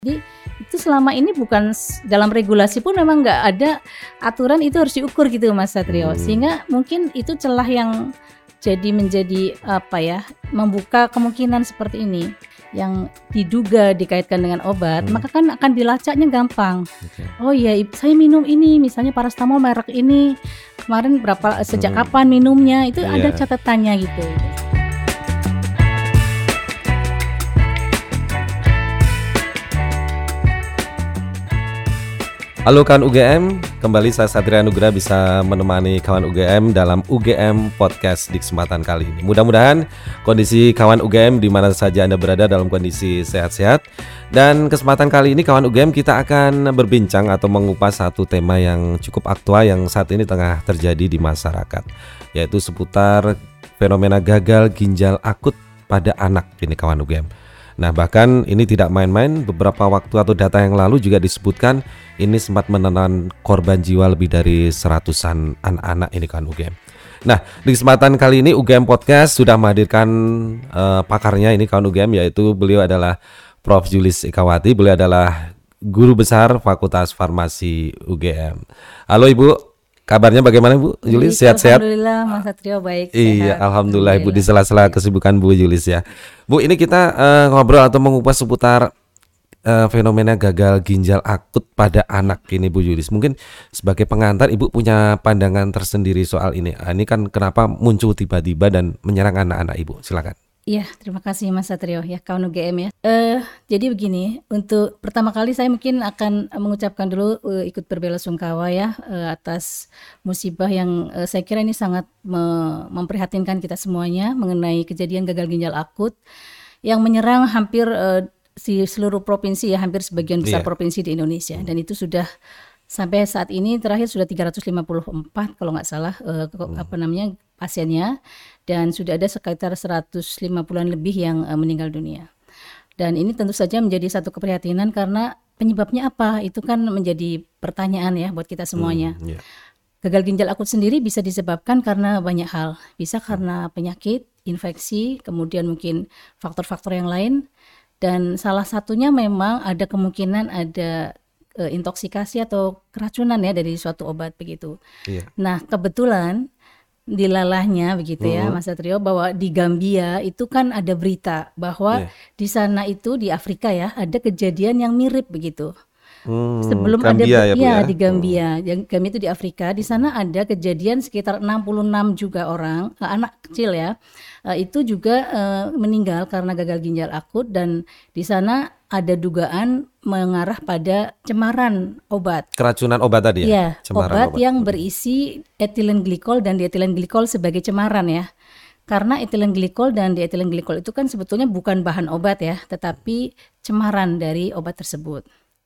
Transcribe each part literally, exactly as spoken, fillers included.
Jadi itu selama ini bukan dalam regulasi pun memang nggak ada aturan itu harus diukur gitu Mas Satrio. Sehingga mungkin itu celah yang jadi menjadi apa ya, membuka kemungkinan seperti ini yang diduga dikaitkan dengan obat, hmm. maka kan akan dilacaknya gampang. Okay. Oh iya, saya minum ini, misalnya paracetamol merek ini kemarin berapa sejak hmm. kapan minumnya, itu yeah. ada catatannya gitu. Halo kawan U G M, kembali saya Satria Nugraha bisa menemani kawan U G M dalam U G M Podcast di kesempatan kali ini. Mudah-mudahan kondisi kawan U G M di mana saja Anda berada dalam kondisi sehat-sehat. Dan kesempatan kali ini kawan U G M kita akan berbincang atau mengupas satu tema yang cukup aktual yang saat ini tengah terjadi di masyarakat, yaitu seputar fenomena gagal ginjal akut pada anak ini kawan U G M. Nah bahkan ini tidak main-main, beberapa waktu atau data yang lalu juga disebutkan ini sempat menelan korban jiwa lebih dari seratusan anak-anak ini kan U G M. Nah di kesempatan kali ini U G M Podcast sudah menghadirkan uh, pakarnya ini kawan U G M, yaitu beliau adalah Profesor Julis Ikawati. Beliau adalah Guru Besar Fakultas Farmasi U G M. Halo Ibu, kabarnya bagaimana Bu Julis? Sehat-sehat? Alhamdulillah Mas Satrio baik. Iya, sehat. Alhamdulillah Ibu di sela-sela kesibukan Bu Julis ya. Bu, ini kita uh, ngobrol atau mengupas seputar uh, fenomena gagal ginjal akut pada anak ini Bu Julis. Mungkin sebagai pengantar Ibu punya pandangan tersendiri soal ini. Nah, ini kan kenapa muncul tiba-tiba dan menyerang anak-anak Ibu? Silakan. Iya, terima kasih Mas Satrio ya, kawan U G M ya. Uh, jadi begini, untuk pertama kali saya mungkin akan mengucapkan dulu uh, ikut berbelasungkawa ya uh, atas musibah yang uh, saya kira ini sangat me- memprihatinkan kita semuanya mengenai kejadian gagal ginjal akut yang menyerang hampir uh, si seluruh provinsi ya, hampir sebagian besar yeah. provinsi di Indonesia. Dan itu sudah sampai saat ini terakhir sudah tiga ratus lima puluh empat kalau nggak salah uh, hmm. apa namanya pasiennya, dan sudah ada sekitar seratus lima puluhan lebih yang uh, meninggal dunia. Dan ini tentu saja menjadi satu keprihatinan karena penyebabnya apa? Itu kan menjadi pertanyaan ya buat kita semuanya. Hmm, yeah. Gagal ginjal akut sendiri bisa disebabkan karena banyak hal. Bisa karena penyakit, infeksi, kemudian mungkin faktor-faktor yang lain. Dan salah satunya memang ada kemungkinan ada uh, intoksikasi atau keracunan ya dari suatu obat begitu. Yeah. Nah kebetulan dilalahnya begitu ya uh-huh. Mas Satrio, bahwa di Gambia itu kan ada berita bahwa yeah. di sana itu di Afrika ya ada kejadian yang mirip begitu. Hmm, Sebelum Gambia ada ya, ya di Gambia, hmm. yang Gambia itu di Afrika, di sana ada kejadian sekitar enam puluh enam juga orang, uh, anak kecil ya, uh, itu juga uh, meninggal karena gagal ginjal akut, dan di sana ada dugaan mengarah pada cemaran obat. Keracunan obat tadi ya? Iya, cemaran obat, obat yang berisi etilen glikol dan dietilen glikol sebagai cemaran ya. Karena etilen glikol dan dietilen glikol itu kan sebetulnya bukan bahan obat ya, tetapi cemaran dari obat tersebut.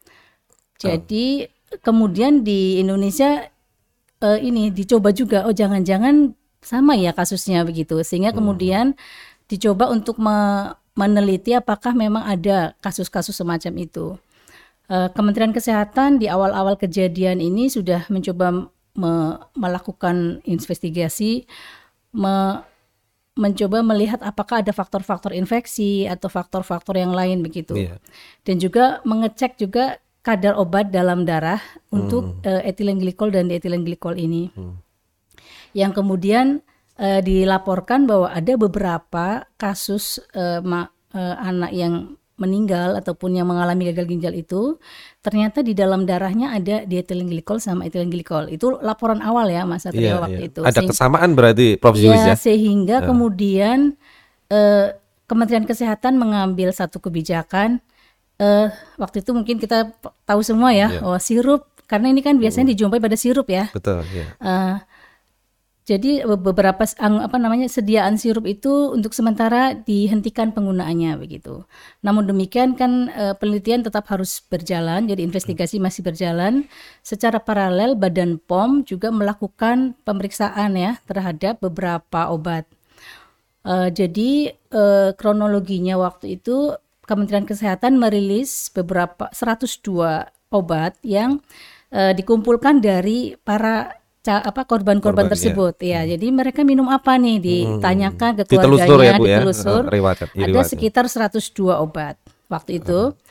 Jadi oh. kemudian di Indonesia uh, ini dicoba juga, oh jangan-jangan sama ya kasusnya begitu. Sehingga hmm. kemudian dicoba untuk me- meneliti apakah memang ada kasus-kasus semacam itu. Uh, Kementerian Kesehatan di awal-awal kejadian ini sudah mencoba me- melakukan investigasi, me- mencoba melihat apakah ada faktor-faktor infeksi atau faktor-faktor yang lain begitu. Yeah. Dan juga mengecek juga kadar obat dalam darah untuk hmm. uh, etilen glikol dan dietilen glikol ini. Hmm. Yang kemudian uh, dilaporkan bahwa ada beberapa kasus uh, ma- uh, anak yang meninggal ataupun yang mengalami gagal ginjal itu ternyata di dalam darahnya ada dietilen glikol sama etilen glikol. Itu laporan awal ya Mas Satrio yeah, waktu yeah. itu. Ada Sehing- kesamaan berarti Prof Julis ya, ya? Sehingga uh. kemudian uh, Kementerian Kesehatan mengambil satu kebijakan. Uh, waktu itu mungkin kita tahu semua ya, yeah. oh sirup, karena ini kan biasanya dijumpai pada sirup ya. Betul. Yeah. Uh, jadi beberapa apa namanya sediaan sirup itu untuk sementara dihentikan penggunaannya begitu. Namun demikian kan uh, penelitian tetap harus berjalan, jadi investigasi masih berjalan. Secara paralel Badan P O M juga melakukan pemeriksaan ya terhadap beberapa obat. Uh, jadi uh, kronologinya waktu itu Kementerian Kesehatan merilis beberapa seratus dua obat yang uh, dikumpulkan dari para ca, apa korban-korban korban, tersebut. Ya, ya, jadi mereka minum apa nih ditanyakan ke keluarganya, ditelusur, ya, Bu, ditelusur. Ya? Uh, riwayat, ya, ada riwayat. Sekitar seratus dua obat waktu itu. Uh.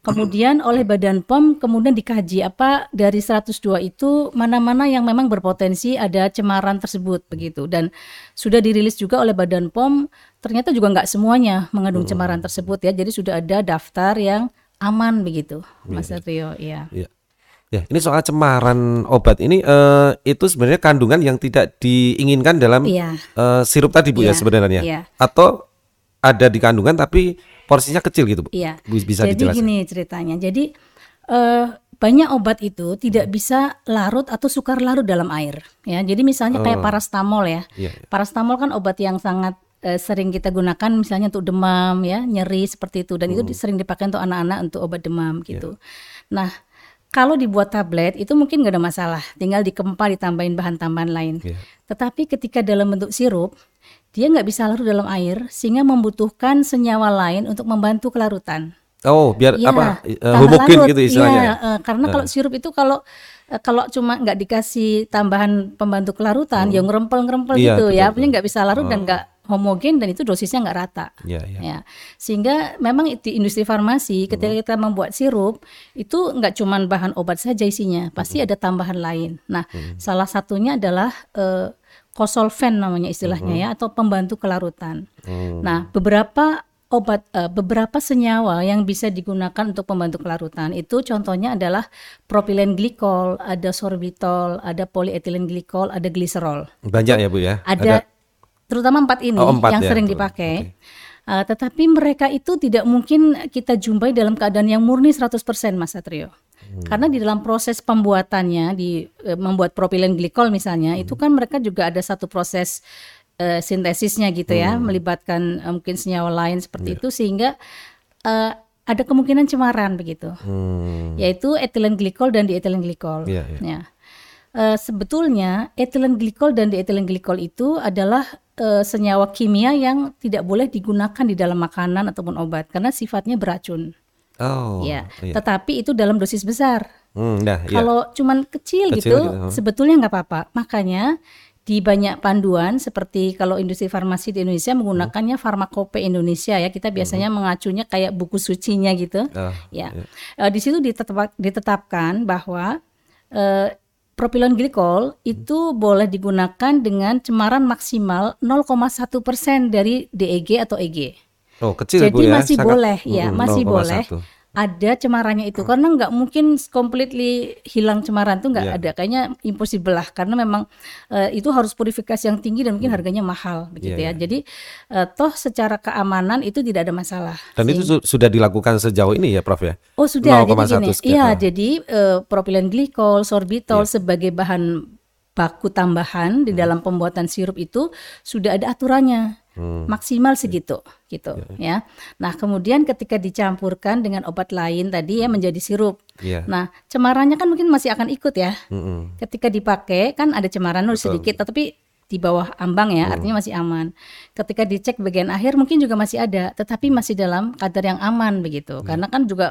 Kemudian oleh Badan P O M kemudian dikaji apa dari seratus dua itu mana-mana yang memang berpotensi ada cemaran tersebut begitu, dan sudah dirilis juga oleh Badan P O M ternyata juga nggak semuanya mengandung cemaran tersebut ya, jadi sudah ada daftar yang aman begitu, Mas Satrio. Ya. Ya. Ya, ini soal cemaran obat ini uh, itu sebenarnya kandungan yang tidak diinginkan dalam Iya. uh, sirup tadi Bu Iya. ya sebenarnya. Iya. Atau ada di kandungan tapi porsinya kecil gitu Bu. Iya. Bisa Jadi dijelaskan. gini ceritanya. Jadi uh, banyak obat itu tidak bisa larut atau sukar larut dalam air. Ya, jadi misalnya kayak Oh. parastamol ya. Iya. Parastamol kan obat yang sangat eh, sering kita gunakan misalnya untuk demam ya, nyeri seperti itu, dan itu di- sering dipakai untuk anak-anak untuk obat demam gitu. Nah, kalau dibuat tablet itu mungkin nggak ada masalah, tinggal dikempa ditambahin bahan tambahan lain. Iya. Tetapi ketika dalam bentuk sirup, dia nggak bisa larut dalam air sehingga membutuhkan senyawa lain untuk membantu kelarutan. Oh, biar Iya, apa uh, tambah homogen larut. gitu istilahnya. Iya, ya? eh, karena kalau sirup itu kalau eh, kalau cuma nggak dikasih tambahan pembantu kelarutan, ya ngerempel-ngerempel Iya, gitu betul, ya, betul. artinya nggak bisa larut dan nggak homogen, dan itu dosisnya nggak rata. Iya, iya. Ya, sehingga memang di industri farmasi ketika kita membuat sirup itu nggak cuma bahan obat saja isinya, pasti ada tambahan lain. Nah, salah satunya adalah eh, kosolven namanya istilahnya ya, atau pembantu kelarutan. Nah, beberapa obat eh, beberapa senyawa yang bisa digunakan untuk pembantu kelarutan itu contohnya adalah propilen glikol, ada sorbitol, ada polyethylene glikol, ada gliserol. Banyak ya Bu ya. Ada, terutama empat ini Oh, empat yang ya, sering betul. dipakai. Oke. Uh, tetapi mereka itu tidak mungkin kita jumpai dalam keadaan yang murni seratus persen Mas Satrio. Hmm. Karena di dalam proses pembuatannya, di eh, membuat propilen glikol misalnya, Hmm. itu kan mereka juga ada satu proses eh, sintesisnya gitu ya, Hmm. melibatkan eh, mungkin senyawa lain seperti Iya. itu, sehingga eh, ada kemungkinan cemaran begitu. Hmm. Yaitu etilen glikol dan dietilen glikol. Iya, iya. Ya. Eh, sebetulnya etilen glikol dan dietilen glikol itu adalah eh, senyawa kimia yang tidak boleh digunakan di dalam makanan ataupun obat karena sifatnya beracun. Oh. Ya, Iya. tetapi itu dalam dosis besar. Hmm, nah, iya. Kalau cuman kecil, Kecil gitu, gitu, oh. sebetulnya nggak apa-apa. Makanya di banyak panduan seperti kalau industri farmasi di Indonesia menggunakannya Farmakope Indonesia ya, kita biasanya mengacunya kayak buku sucinya gitu. Oh, Ya, iya. Eh, di situ ditetap- ditetapkan bahwa eh, propilen glikol itu boleh digunakan dengan cemaran maksimal nol koma satu persen dari D E G atau E G. Oh, kecil Jadi Bu ya. masih Sangat- boleh ya, Mm-mm, masih nol koma boleh satu. ada cemarannya itu, karena nggak mungkin completely hilang cemaran tuh nggak Iya. ada, kayaknya impossible lah, karena memang eh, itu harus purifikasi yang tinggi dan mungkin harganya mahal begitu Iya, ya. iya. Jadi eh, toh secara keamanan itu tidak ada masalah. Dan itu su- sudah dilakukan sejauh ini ya Prof ya? Oh sudah, nol koma jadi satu gini, sekian. iya Oh. jadi eh, propilen glikol, sorbitol Iya. sebagai bahan baku tambahan di dalam pembuatan sirup itu sudah ada aturannya, maksimal segitu, gitu ya. Nah kemudian ketika dicampurkan dengan obat lain tadi ya menjadi sirup. Iya. Nah cemarannya kan mungkin masih akan ikut ya. Mm-mm. Ketika dipakai kan ada cemaran nur sedikit, tetapi di bawah ambang ya, artinya masih aman. Ketika dicek bagian akhir mungkin juga masih ada, tetapi masih dalam kadar yang aman begitu. Karena kan juga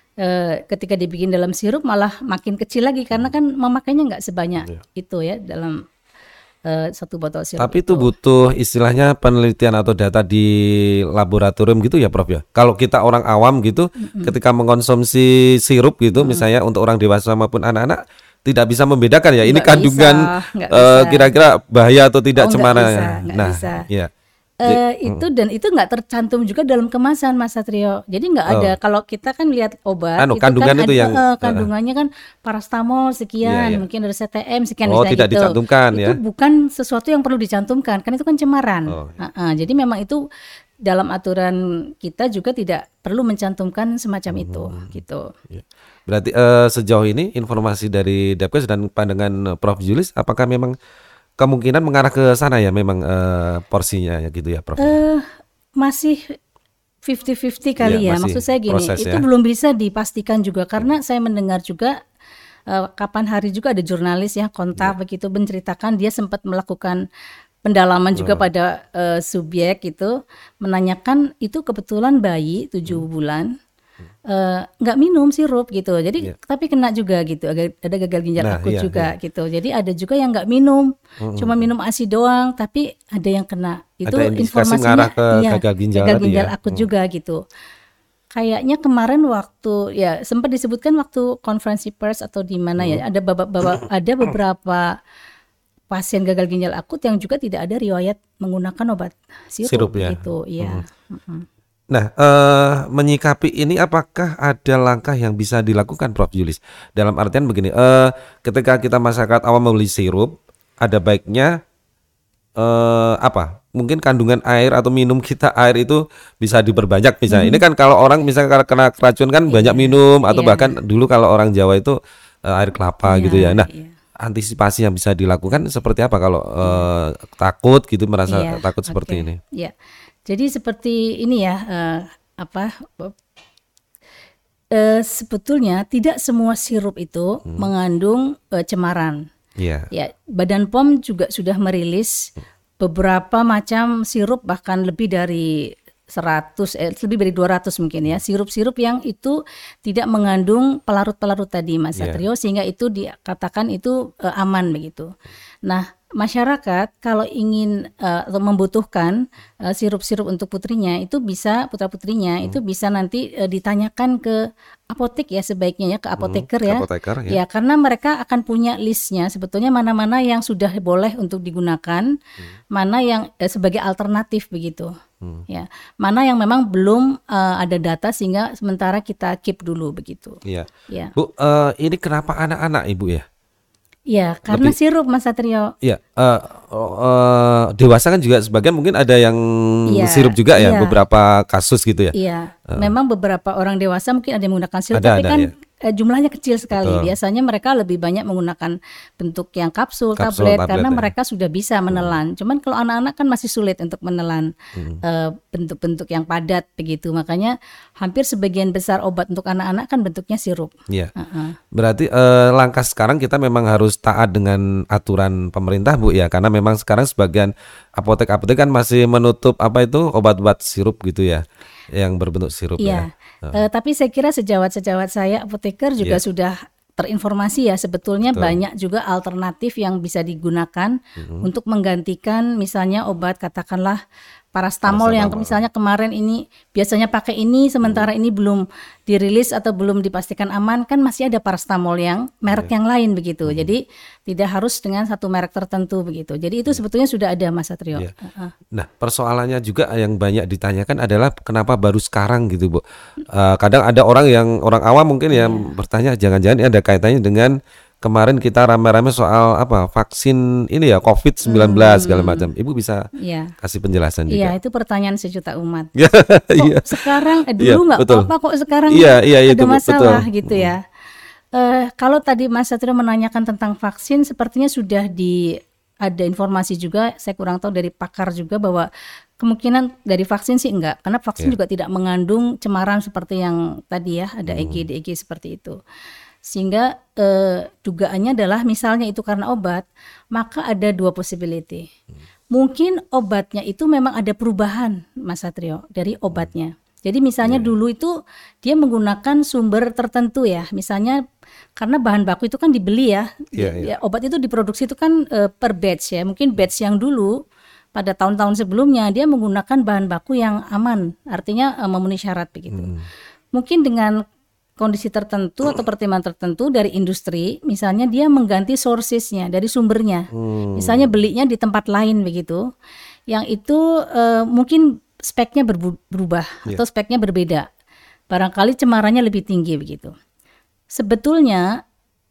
eh, ketika dibikin dalam sirup malah makin kecil lagi karena kan memakainya nggak sebanyak itu ya dalam eh, satu botol sirup. Tapi itu butuh istilahnya penelitian atau data di laboratorium gitu ya Prof ya. Kalau kita orang awam gitu ketika mengkonsumsi sirup gitu misalnya untuk orang dewasa maupun anak-anak tidak bisa membedakan ya ini Nggak kandungan bisa, nggak eh, bisa. kira-kira bahaya atau tidak Oh, nggak cemarannya. bisa, nggak Nah, bisa. iya. Eh, itu dan itu nggak tercantum juga dalam kemasan Mas Satrio. Jadi nggak ada. Kalau kita kan lihat obat, Anu, itu kandungan kan itu ada, yang- eh, kandungannya kan parastamol sekian, Iya, iya. mungkin ada C T M sekian, Oh, misalnya tidak gitu. dicantumkan Itu ya. bukan sesuatu yang perlu dicantumkan, kan itu kan cemaran. Oh, Heeh, jadi memang itu dalam aturan kita juga tidak perlu mencantumkan semacam itu, gitu. Iya. Berarti eh, sejauh ini informasi dari Depkes dan pandangan eh, Prof Julis apakah memang kemungkinan mengarah ke sana ya memang eh, porsinya ya gitu ya Prof? Eh, masih fifty fifty kali Iya, ya. masih Maksud saya gini, proses itu ya. belum bisa dipastikan juga karena saya mendengar juga eh, kapan hari juga ada jurnalis ya kontak Iya. begitu menceritakan dia sempat melakukan pendalaman juga Oh. pada eh, subjek itu, menanyakan itu kebetulan bayi tujuh bulan eh, nggak minum sirup gitu. Jadi Hmm. Iya. tapi kena juga gitu, agak- ada gagal ginjal Nah, akut iya, juga gitu. Jadi ada juga yang nggak minum, cuma minum ASI doang, tapi ada yang kena. Itu Ada indikasi informasinya mengarah ke iya, gagal ginjal gagal tadi ginjal ya. akut Hmm. juga gitu. Kayaknya kemarin waktu ya sempat disebutkan waktu konferensi pers atau di mana Hmm. ya ada baba- ada beberapa pasien gagal ginjal akut yang juga tidak ada riwayat menggunakan obat sirup, Sirup ya. gitu. Iya. Mm-mm. Nah, eh, menyikapi ini apakah ada langkah yang bisa dilakukan Prof Julis? Dalam artian begini, eh, ketika kita masyarakat awam membeli sirup, ada baiknya eh, apa? Mungkin kandungan air atau minum kita air itu bisa diperbanyak misalnya. Ini kan kalau orang misalnya kena keracunan kan banyak Iya, minum atau iya. bahkan dulu kalau orang Jawa itu eh, air kelapa Iya, gitu ya. Nah, iya. antisipasi yang bisa dilakukan seperti apa kalau eh, takut gitu merasa Iya, takut seperti oke. ini? Ya, jadi seperti ini ya, eh, apa? eh, sebetulnya tidak semua sirup itu mengandung eh, cemaran. Iya. Ya, Badan P O M juga sudah merilis beberapa macam sirup, bahkan lebih dari seratus, eh, lebih dari dua ratus mungkin ya, sirup-sirup yang itu tidak mengandung pelarut-pelarut tadi Mas Iya. Satrio, sehingga itu dikatakan itu eh, aman begitu. Nah, masyarakat kalau ingin eh, atau membutuhkan eh, sirup-sirup untuk putrinya itu bisa, putra-putrinya itu bisa nanti eh, ditanyakan ke apotek ya, sebaiknya ya ke apoteker ke ya. apoteker ya. Ya, karena mereka akan punya listnya sebetulnya mana-mana yang sudah boleh untuk digunakan, mana yang eh, sebagai alternatif begitu. Hmm. Ya, mana yang memang belum eh, ada data sehingga sementara kita keep dulu begitu. Iya. Ya, Bu, eh, ini kenapa anak-anak Ibu ya? ya karena Lebih- sirup Mas Satrio. Iya, eh, oh, eh, dewasa kan juga sebagian mungkin ada yang Iya, sirup juga ya, iya. beberapa kasus gitu ya. Iya, memang beberapa orang dewasa mungkin ada yang menggunakan sirup, Ada, tapi ada, kan ya. eh, jumlahnya kecil sekali. Betul. Biasanya mereka lebih banyak menggunakan bentuk yang kapsul, Kapsul, tablet, tablet, karena ya. mereka sudah bisa menelan. Cuman kalau anak-anak kan masih sulit untuk menelan Hmm. eh, bentuk-bentuk yang padat begitu. Makanya hampir sebagian besar obat untuk anak-anak kan bentuknya sirup. Iya. Heeh. Berarti eh, langkah sekarang kita memang harus taat dengan aturan pemerintah Bu ya, karena memang sekarang sebagian apotek-apotek kan masih menutup apa itu obat-obat sirup gitu ya, yang berbentuk sirup Iya, ya. Eh, tapi saya kira sejawat-sejawat saya apoteker juga Iya. sudah terinformasi ya, sebetulnya Betul. banyak juga alternatif yang bisa digunakan Mhm. untuk menggantikan misalnya obat katakanlah parastamol yang Paracetamol. misalnya kemarin ini biasanya pakai ini sementara ini belum dirilis atau belum dipastikan aman, kan masih ada parastamol yang merek Iya. yang lain begitu. Jadi tidak harus dengan satu merek tertentu begitu. Jadi itu sebetulnya sudah ada Mas Satrio. Iya. Heeh. Nah, persoalannya juga yang banyak ditanyakan adalah kenapa baru sekarang gitu, Bu. Eh, kadang ada orang yang orang awam mungkin yang Iya. bertanya jangan-jangan ini ada kaitannya dengan kemarin kita rame-rame soal apa vaksin ini ya covid sembilan belas segala macam. Ibu bisa Iya. kasih penjelasan Iya, juga. itu pertanyaan sejuta umat. Iya, Kok iya. sekarang eh, Iya, dulu nggak betul. apa-apa kok sekarang Iya, iya, ada itu, Bu, masalah betul. gitu ya. Eh, kalau tadi Mas Satrio menanyakan tentang vaksin, sepertinya sudah di ada informasi juga, saya kurang tahu dari pakar juga bahwa kemungkinan dari vaksin sih enggak, karena vaksin Iya. juga tidak mengandung cemaran seperti yang tadi ya, ada E G, D E G seperti itu. Sehingga eh, dugaannya adalah misalnya itu karena obat, maka ada dua possibility. Mungkin obatnya itu memang ada perubahan Mas Satrio dari obatnya. Jadi misalnya dulu itu dia menggunakan sumber tertentu ya, misalnya karena bahan baku itu kan dibeli ya, Iya, Di- iya. ya, obat itu diproduksi itu kan eh, per batch ya, mungkin batch yang dulu pada tahun-tahun sebelumnya dia menggunakan bahan baku yang aman, artinya eh, memenuhi syarat begitu. Hmm. Mungkin dengan kondisi tertentu atau pertimbangan tertentu dari industri, misalnya dia mengganti sourcesnya dari sumbernya, Hmm. misalnya belinya di tempat lain begitu, yang itu eh, mungkin speknya berbu- berubah Iya. atau speknya berbeda, barangkali cemarannya lebih tinggi begitu. Sebetulnya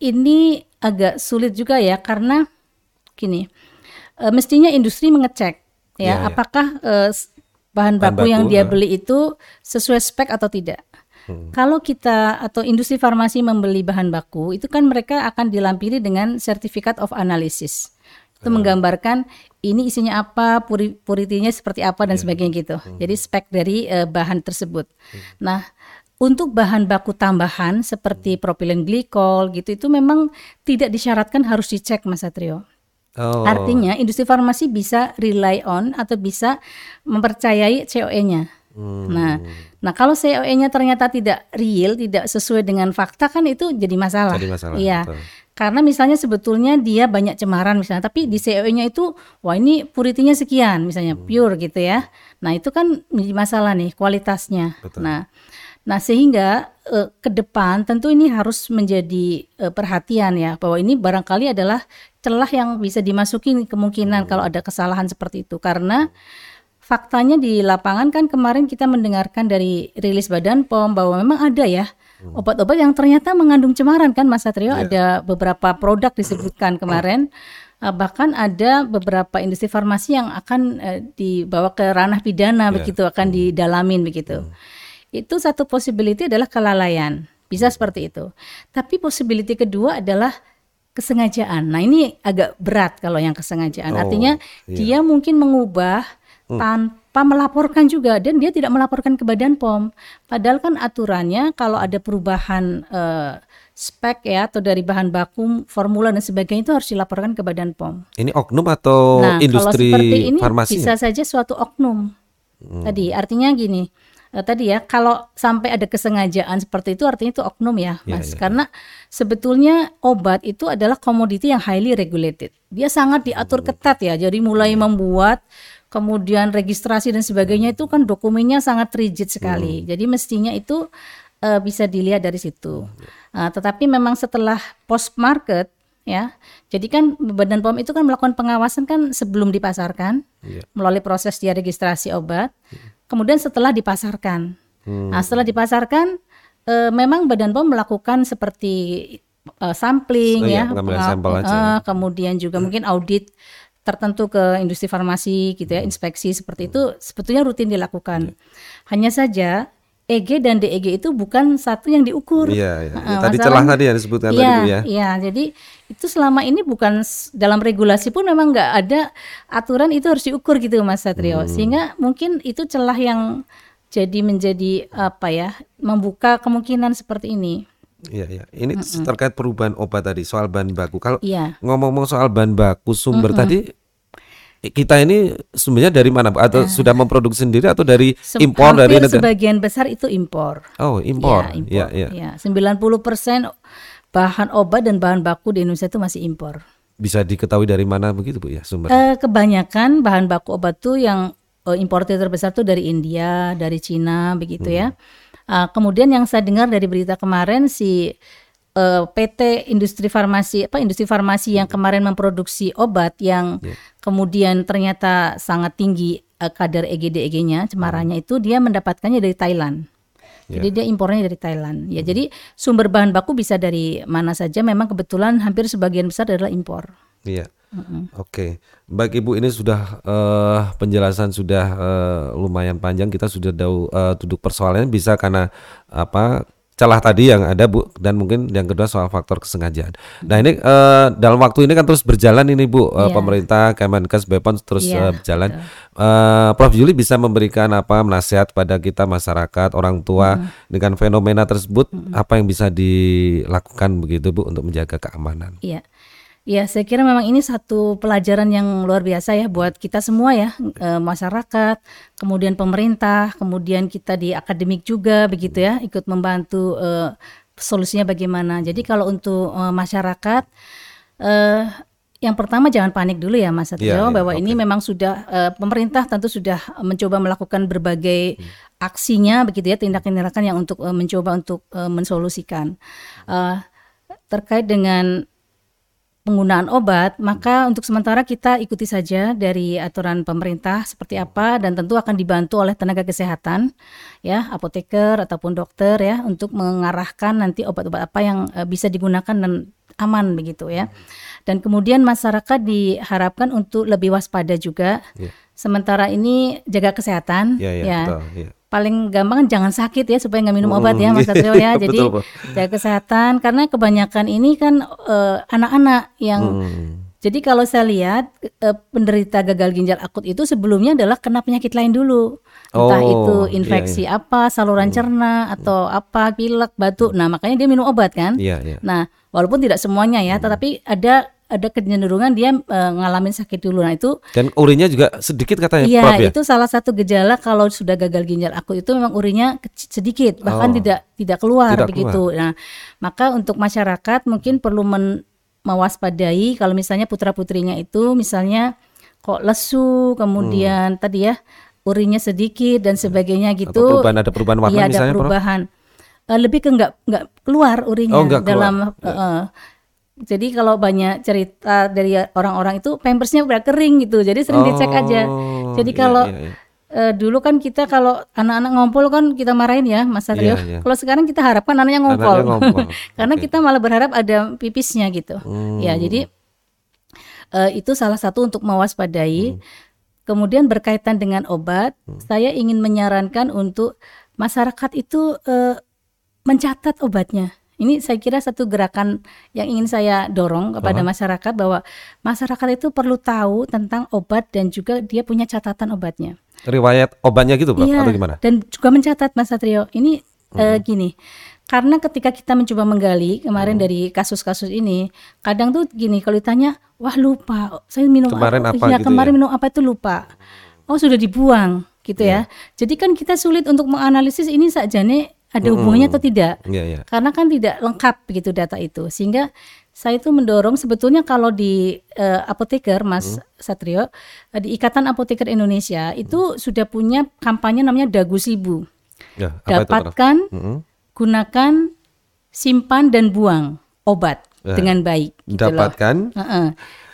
ini agak sulit juga ya, karena gini, eh, mestinya industri mengecek ya, Iya, iya. apakah eh, s- bahan Bahan baku yang baku, dia eh. beli itu sesuai spek atau tidak. Hmm. Kalau kita atau industri farmasi membeli bahan baku, itu kan mereka akan dilampiri dengan Certificate of Analysis. Itu menggambarkan ini isinya apa, puri, puritinya seperti apa dan sebagainya gitu. Jadi spek dari eh, bahan tersebut. Nah, untuk bahan baku tambahan seperti propilen glikol gitu, itu memang tidak disyaratkan harus dicek Mas Satrio. Oh. Artinya industri farmasi bisa rely on atau bisa mempercayai C O E-nya. Hmm. Nah, nah kalau C O E-nya ternyata tidak real, tidak sesuai dengan fakta, kan itu jadi masalah. Jadi masalah, Iya. betul. Karena misalnya sebetulnya dia banyak cemaran misalnya, tapi di C O E-nya itu wah ini puritinya sekian misalnya, Hmm. pure gitu ya. Nah, itu kan menjadi masalah nih kualitasnya. Betul. Nah, Nah, sehingga uh, ke depan tentu ini harus menjadi uh, perhatian ya, bahwa ini barangkali adalah celah yang bisa dimasuki kemungkinan kalau ada kesalahan seperti itu. Karena faktanya di lapangan kan kemarin kita mendengarkan dari rilis Badan P O M bahwa memang ada ya obat-obat yang ternyata mengandung cemaran kan Mas Satrio. Yeah. Ada beberapa produk disebutkan kemarin, uh, bahkan ada beberapa industri farmasi yang akan uh, dibawa ke ranah pidana. Yeah. Begitu, akan didalamin begitu. Mm. Itu satu possibility adalah kelalaian, bisa mm. seperti itu. Tapi possibility kedua adalah kesengajaan. Nah, ini agak berat kalau yang kesengajaan. Oh, artinya yeah. dia mungkin mengubah mm. tanpa melaporkan juga, dan dia tidak melaporkan ke Badan P O M. Padahal kan aturannya kalau ada perubahan uh, spek ya atau dari bahan baku, formula dan sebagainya itu harus dilaporkan ke Badan P O M. Ini oknum atau nah, industri kalau seperti ini farmasi? Bisa saja suatu oknum. Hmm. Tadi artinya gini, uh, tadi ya kalau sampai ada kesengajaan seperti itu artinya itu oknum ya, Mas. Ya, ya. Karena sebetulnya obat itu adalah komoditi yang highly regulated. Dia sangat diatur ketat ya. Jadi mulai hmm. membuat, kemudian registrasi dan sebagainya itu kan dokumennya sangat rigid sekali. Hmm. Jadi mestinya itu uh, bisa dilihat dari situ. Uh, tetapi memang setelah post market ya, jadi kan Badan P O M itu kan melakukan pengawasan kan sebelum dipasarkan, yeah. melalui proses dia registrasi obat, hmm. kemudian setelah dipasarkan. Hmm. Nah, setelah dipasarkan uh, memang Badan P O M melakukan seperti uh, sampling oh, ya, pengambilan sampel aja. Uh, kemudian juga hmm. mungkin audit tertentu ke industri farmasi gitu ya, inspeksi seperti itu sebetulnya rutin dilakukan. Hanya saja E G dan D E G itu bukan satu yang diukur. Iya, iya. Nah, tadi celah tadi yang disebutkan iya, tadi Bu ya. Iya, jadi itu selama ini bukan dalam regulasi pun memang nggak ada aturan itu harus diukur gitu Mas Satrio. Hmm. Sehingga mungkin itu celah yang jadi menjadi apa ya, membuka kemungkinan seperti ini. Iya, iya. Ini Mm-mm. terkait perubahan obat tadi, soal bahan baku. Kalau iya. ngomong-ngomong soal bahan baku sumber Mm-mm. tadi, kita ini sumbernya dari mana? Atau uh. sudah memproduksi sendiri atau dari Se- impor dari negara? Sebagian besar itu impor. Oh, impor. Ya, impor. Ya, ya. Ya, sembilan puluh persen bahan obat dan bahan baku di Indonesia itu masih impor. Bisa diketahui dari mana begitu Bu ya sumbernya? Uh, kebanyakan bahan baku obat tuh yang uh, importer terbesar tuh dari India, dari Cina begitu hmm. ya. Uh, kemudian yang saya dengar dari berita kemarin si uh, P T Industri Farmasi apa Industri Farmasi yang kemarin memproduksi obat yang yeah. kemudian ternyata sangat tinggi uh, kadar E G D E G-nya cemarannya hmm. itu dia mendapatkannya dari Thailand. Yeah. Jadi dia impornya dari Thailand. Ya, hmm. jadi sumber bahan baku bisa dari mana saja. Memang kebetulan hampir sebagian besar adalah impor. Iya. Mm-hmm. Oke, okay. Baik Ibu, ini sudah uh, penjelasan sudah uh, lumayan panjang. Kita sudah tahu uh, duduk persoalannya bisa karena apa celah tadi yang ada Bu, dan mungkin yang kedua soal faktor kesengajaan. Mm-hmm. Nah ini uh, dalam waktu ini kan terus berjalan ini Bu, uh, yeah. pemerintah Kemenkes B P O M terus yeah, uh, berjalan. Uh, Prof Juli bisa memberikan apa nasihat pada kita masyarakat, orang tua mm-hmm. dengan fenomena tersebut, mm-hmm. apa yang bisa dilakukan begitu Bu untuk menjaga keamanan? Iya. Yeah. Ya, saya kira memang ini satu pelajaran yang luar biasa ya buat kita semua ya, e, masyarakat, kemudian pemerintah, kemudian kita di akademik juga begitu ya, ikut membantu e, solusinya bagaimana. Jadi kalau untuk e, masyarakat, e, yang pertama jangan panik dulu ya Mas Satrio, ya, ya, bahwa okay. ini memang sudah e, pemerintah tentu sudah mencoba melakukan berbagai hmm. aksinya begitu ya, tindakan-tindakan yang untuk e, mencoba untuk e, mensolusikan. E, terkait dengan penggunaan obat, maka untuk sementara kita ikuti saja dari aturan pemerintah seperti apa, dan tentu akan dibantu oleh tenaga kesehatan ya, apoteker ataupun dokter ya, untuk mengarahkan nanti obat-obat apa yang uh, bisa digunakan dan aman begitu ya. Dan kemudian masyarakat diharapkan untuk lebih waspada juga. Yeah. Sementara ini jaga kesehatan yeah, yeah, ya. Betul, yeah. Paling gampang jangan sakit ya supaya nggak minum obat ya Mas Satrio ya. Jadi betul, jaga kesehatan karena kebanyakan ini kan uh, anak-anak yang hmm. jadi kalau saya lihat uh, penderita gagal ginjal akut itu sebelumnya adalah kena penyakit lain dulu. Entah oh, itu infeksi iya, iya. apa, saluran hmm. cerna atau apa, pilek, batuk. Nah, makanya dia minum obat kan. Iya, iya. Nah, walaupun tidak semuanya ya, hmm. tetapi ada ada kecenderungan dia uh, ngalamin sakit dulu. Nah itu dan urinnya juga sedikit katanya. Iya, Prof, ya? Itu salah satu gejala kalau sudah gagal ginjal akut itu memang urinnya sedikit, bahkan oh. tidak tidak keluar tidak begitu. Keluar. Nah, maka untuk masyarakat mungkin perlu men- mewaspadai kalau misalnya putra-putrinya itu misalnya kok lesu, kemudian hmm. tadi ya urinnya sedikit dan sebagainya gitu. Atau perubahan, ada perubahan warna iya, misalnya, ada perubahan. Uh, lebih ke nggak nggak keluar urinnya oh, nggak dalam. keluar. Uh, uh, jadi kalau banyak cerita dari orang-orang itu pampersnya udah kering gitu, jadi sering oh, dicek aja. Jadi iya, kalau iya, iya. Uh, dulu kan kita kalau anak-anak ngompol kan kita marahin ya Mas Satrio. Iya, iya. Kalau sekarang kita harapkan anaknya ngompol, Anaknya ngompol. karena okay. kita malah berharap ada pipisnya gitu. Hmm. Ya jadi uh, itu salah satu untuk mewaspadai. Hmm. Kemudian berkaitan dengan obat, hmm. saya ingin menyarankan untuk masyarakat itu uh, mencatat obatnya. Ini saya kira satu gerakan yang ingin saya dorong kepada uh-huh. masyarakat, bahwa masyarakat itu perlu tahu tentang obat dan juga dia punya catatan obatnya. Riwayat obatnya gitu, Prof, iya, atau gimana? Dan juga mencatat, Mas Satrio. Ini hmm. uh, gini, karena ketika kita mencoba menggali kemarin hmm. dari kasus-kasus ini, kadang tuh gini, kalau ditanya, wah lupa, saya minum kemarin apa, apa, ya, gitu kemarin ya? minum apa itu lupa. Oh sudah dibuang, gitu yeah. ya. Jadi kan kita sulit untuk menganalisis ini sakjane ada hubungannya hmm. atau tidak, yeah, yeah. karena kan tidak lengkap begitu data itu. Sehingga saya itu mendorong sebetulnya kalau di uh, apoteker, Mas hmm. Satrio, uh, di Ikatan Apoteker Indonesia itu hmm. sudah punya kampanye namanya Dagu Sibu. Ya, dapatkan, itu, hmm. gunakan, simpan dan buang obat ya. dengan baik. Gitu dapatkan, uh-uh.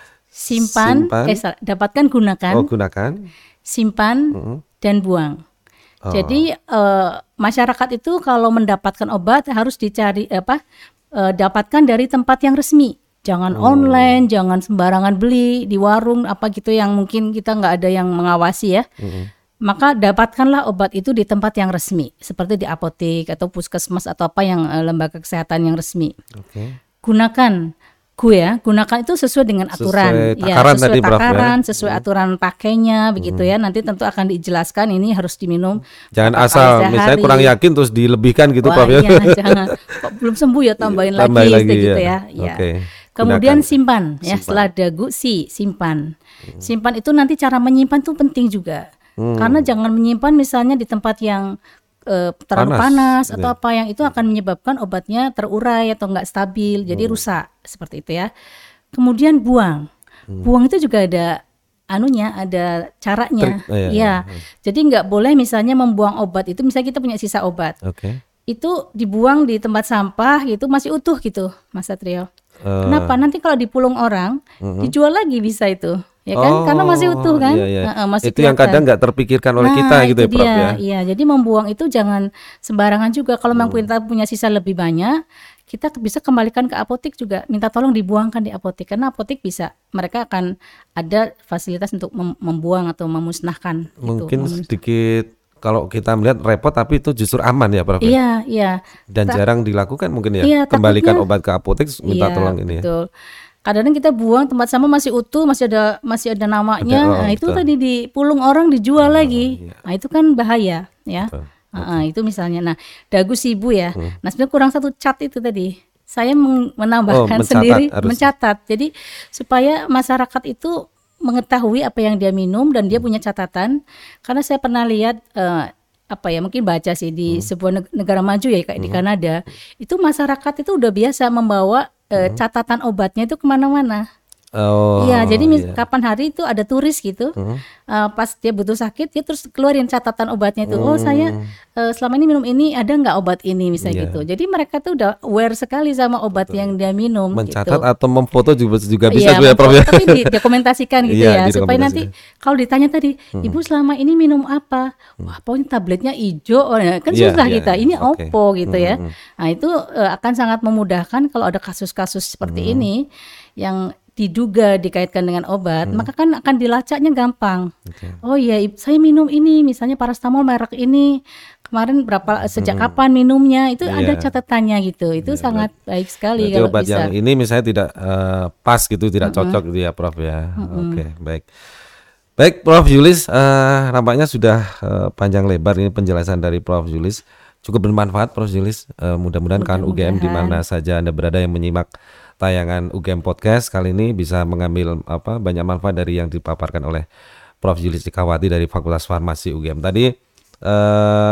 simpan, simpan. Eh, dapatkan, gunakan, oh, gunakan, simpan hmm. dan buang. Oh. Jadi uh, masyarakat itu kalau mendapatkan obat harus dicari apa? Uh, dapatkan dari tempat yang resmi. Jangan oh. online, jangan sembarangan beli di warung apa gitu yang mungkin kita nggak ada yang mengawasi ya. Hmm. Maka dapatkanlah obat itu di tempat yang resmi, seperti di apotek atau puskesmas atau apa yang uh, lembaga kesehatan yang resmi. Okay. Gunakan. Gue ya, gunakan itu sesuai dengan aturan, sesuai takaran, ya, sesuai tadi, takaran, Prof, ya? sesuai aturan pakainya, begitu hmm. ya. Nanti tentu akan dijelaskan ini harus diminum. Jangan asal, misalnya kurang yakin terus dilebihkan gitu, Wah, Prof. Iya, jangan. Kok belum sembuh ya tambahin lagi, lagi gitu ya. ya. Okay. Kemudian simpan, ya. Simpan. Setelah dagu si simpan. Hmm. Simpan itu nanti cara menyimpan tuh penting juga, hmm. karena jangan menyimpan misalnya di tempat yang Uh, terlalu panas, panas atau ya. apa yang itu akan menyebabkan obatnya terurai atau enggak stabil, jadi hmm. rusak seperti itu ya. Kemudian buang, hmm. buang itu juga ada anunya, ada caranya, Trik, oh ya, ya. ya. Jadi enggak boleh misalnya membuang obat itu, misalnya kita punya sisa obat, okay. itu dibuang di tempat sampah gitu masih utuh gitu, Mas Satrio. Uh. Kenapa? Nanti kalau dipulung orang, uh-huh. dijual lagi bisa itu. Ya kan, oh, karena masih utuh kan, iya, iya. Uh, masih itu kelihatan. Yang kadang nggak terpikirkan oleh nah, kita gitu ya, Prof ya. Iya, jadi membuang itu jangan sembarangan juga. Kalau memang hmm. kita punya sisa lebih banyak, kita bisa kembalikan ke apotek juga, minta tolong dibuangkan di apotek, karena apotek bisa, mereka akan ada fasilitas untuk mem- membuang atau memusnahkan. Mungkin gitu. sedikit kalau kita melihat repot, tapi itu justru aman ya, Prof. Iya, iya. Dan Ta- jarang dilakukan mungkin ya, iya, kembalikan takutnya, obat ke apotek, minta iya, tolong ini betul. ya. Kadang-kadang kita buang tempat sampah masih utuh, masih ada masih ada namanya. Ada, oh, nah, itu betul. Tadi dipulung orang dijual oh, lagi. Iya. Nah, itu kan bahaya ya. Betul, betul. Uh, itu misalnya. Nah, dagu sibu ya. Hmm. Nah, sebenarnya kurang satu cat itu tadi. Saya menambahkan oh, mencatat, sendiri harus. mencatat. Jadi supaya masyarakat itu mengetahui apa yang dia minum dan dia punya catatan. Karena saya pernah lihat uh, apa ya, mungkin baca sih di hmm. sebuah negara maju ya kayak hmm. di Kanada, itu masyarakat itu udah biasa membawa uh, hmm. catatan obatnya itu kemana-mana. Oh, iya, jadi mis- iya. kapan hari itu ada turis gitu, hmm. uh, pas dia butuh sakit, dia terus keluarin catatan obatnya itu. Hmm. Oh saya uh, selama ini minum ini, ada nggak obat ini misalnya yeah. gitu. Jadi mereka tuh udah aware sekali sama obat Betul. yang dia minum. Mencatat gitu. atau memfoto juga juga bisa yeah, ya, Prof ya. Tapi didokumentasikan gitu yeah, ya, supaya nanti kalau ditanya tadi, hmm. ibu selama ini minum apa? Wah, pokoknya tabletnya hijau, oh, kan yeah, susah yeah, kita. Ini okay. opo gitu hmm. ya. Nah itu uh, akan sangat memudahkan kalau ada kasus-kasus seperti hmm. ini yang diduga dikaitkan dengan obat, hmm. maka kan akan dilacaknya gampang. Okay. Oh iya, saya minum ini, misalnya parastamol merek ini, kemarin berapa, sejak hmm. kapan minumnya, itu yeah. ada catatannya gitu. Itu yeah, sangat baik, baik sekali. Berarti kalau obat bisa. yang ini misalnya tidak uh, pas gitu, tidak hmm. cocok gitu ya, Prof ya. Hmm. Oke, okay, baik. Baik, Prof Julis, uh, nampaknya sudah uh, panjang lebar ini penjelasan dari Prof Julis. Cukup bermanfaat, Prof Julis. Uh, mudah-mudahan kan U G M di mana saja Anda berada yang menyimak tayangan U G M Podcast kali ini bisa mengambil apa banyak manfaat dari yang dipaparkan oleh Prof Julis Cikawati dari Fakultas Farmasi U G M. Tadi eh,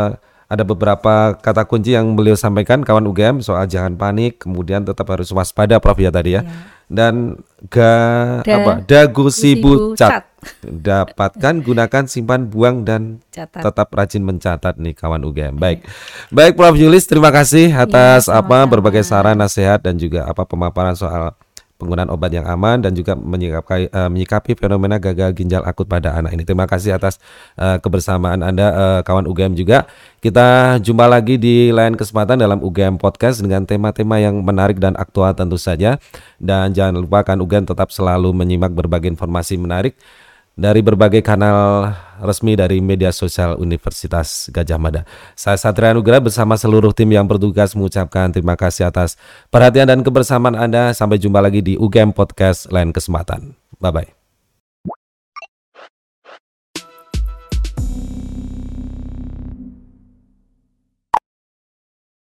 ada beberapa kata kunci yang beliau sampaikan kawan U G M soal jangan panik, kemudian tetap harus waspada Prof ya tadi ya. Ya. Dan ga da, apa dagu sibu cat. Dapatkan, gunakan, simpan, buang dan catat. Tetap rajin mencatat nih kawan U G M. Baik. Baik Prof Julis, terima kasih atas ya, apa berbagai saran, nasihat dan juga apa pemaparan soal penggunaan obat yang aman dan juga menyikapi, uh, menyikapi fenomena gagal ginjal akut pada anak ini. Terima kasih atas uh, kebersamaan Anda uh, kawan U G M juga. Kita jumpa lagi di lain kesempatan dalam U G M Podcast dengan tema-tema yang menarik dan aktual tentu saja. Dan jangan lupa kan U G M tetap selalu menyimak berbagai informasi menarik dari berbagai kanal resmi dari media sosial Universitas Gadjah Mada. Saya Satria Nugra bersama seluruh tim yang bertugas mengucapkan terima kasih atas perhatian dan kebersamaan Anda. Sampai jumpa lagi di U G M Podcast lain kesempatan. Bye-bye.